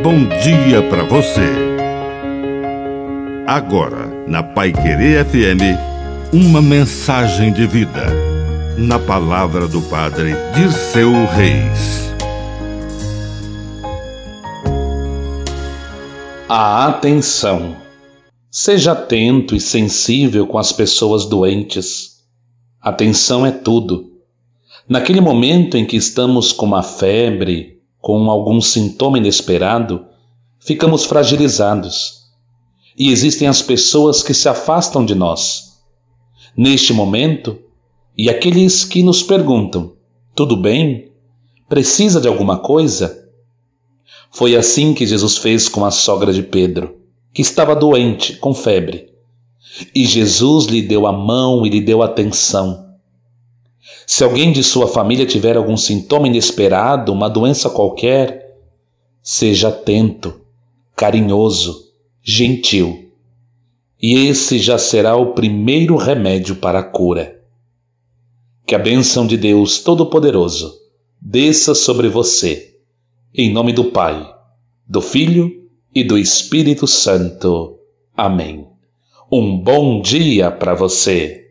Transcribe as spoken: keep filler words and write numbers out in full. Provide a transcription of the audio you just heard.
bom dia para você. Agora, na Paiquerê F M, uma mensagem de vida. Na palavra do Padre Dirceu Reis. A atenção. Seja atento e sensível com as pessoas doentes. Atenção é tudo. Naquele momento em que estamos com uma febre, com algum sintoma inesperado, ficamos fragilizados. E existem as pessoas que se afastam de nós. Neste momento, e aqueles que nos perguntam: tudo bem? Precisa de alguma coisa? Foi assim que Jesus fez com a sogra de Pedro, que estava doente, com febre. E Jesus lhe deu a mão e lhe deu atenção. Se alguém de sua família tiver algum sintoma inesperado, uma doença qualquer, seja atento, carinhoso, gentil. E esse já será o primeiro remédio para a cura. Que a bênção de Deus Todo-Poderoso desça sobre você, em nome do Pai, do Filho e do Espírito Santo. Amém. Um bom dia para você.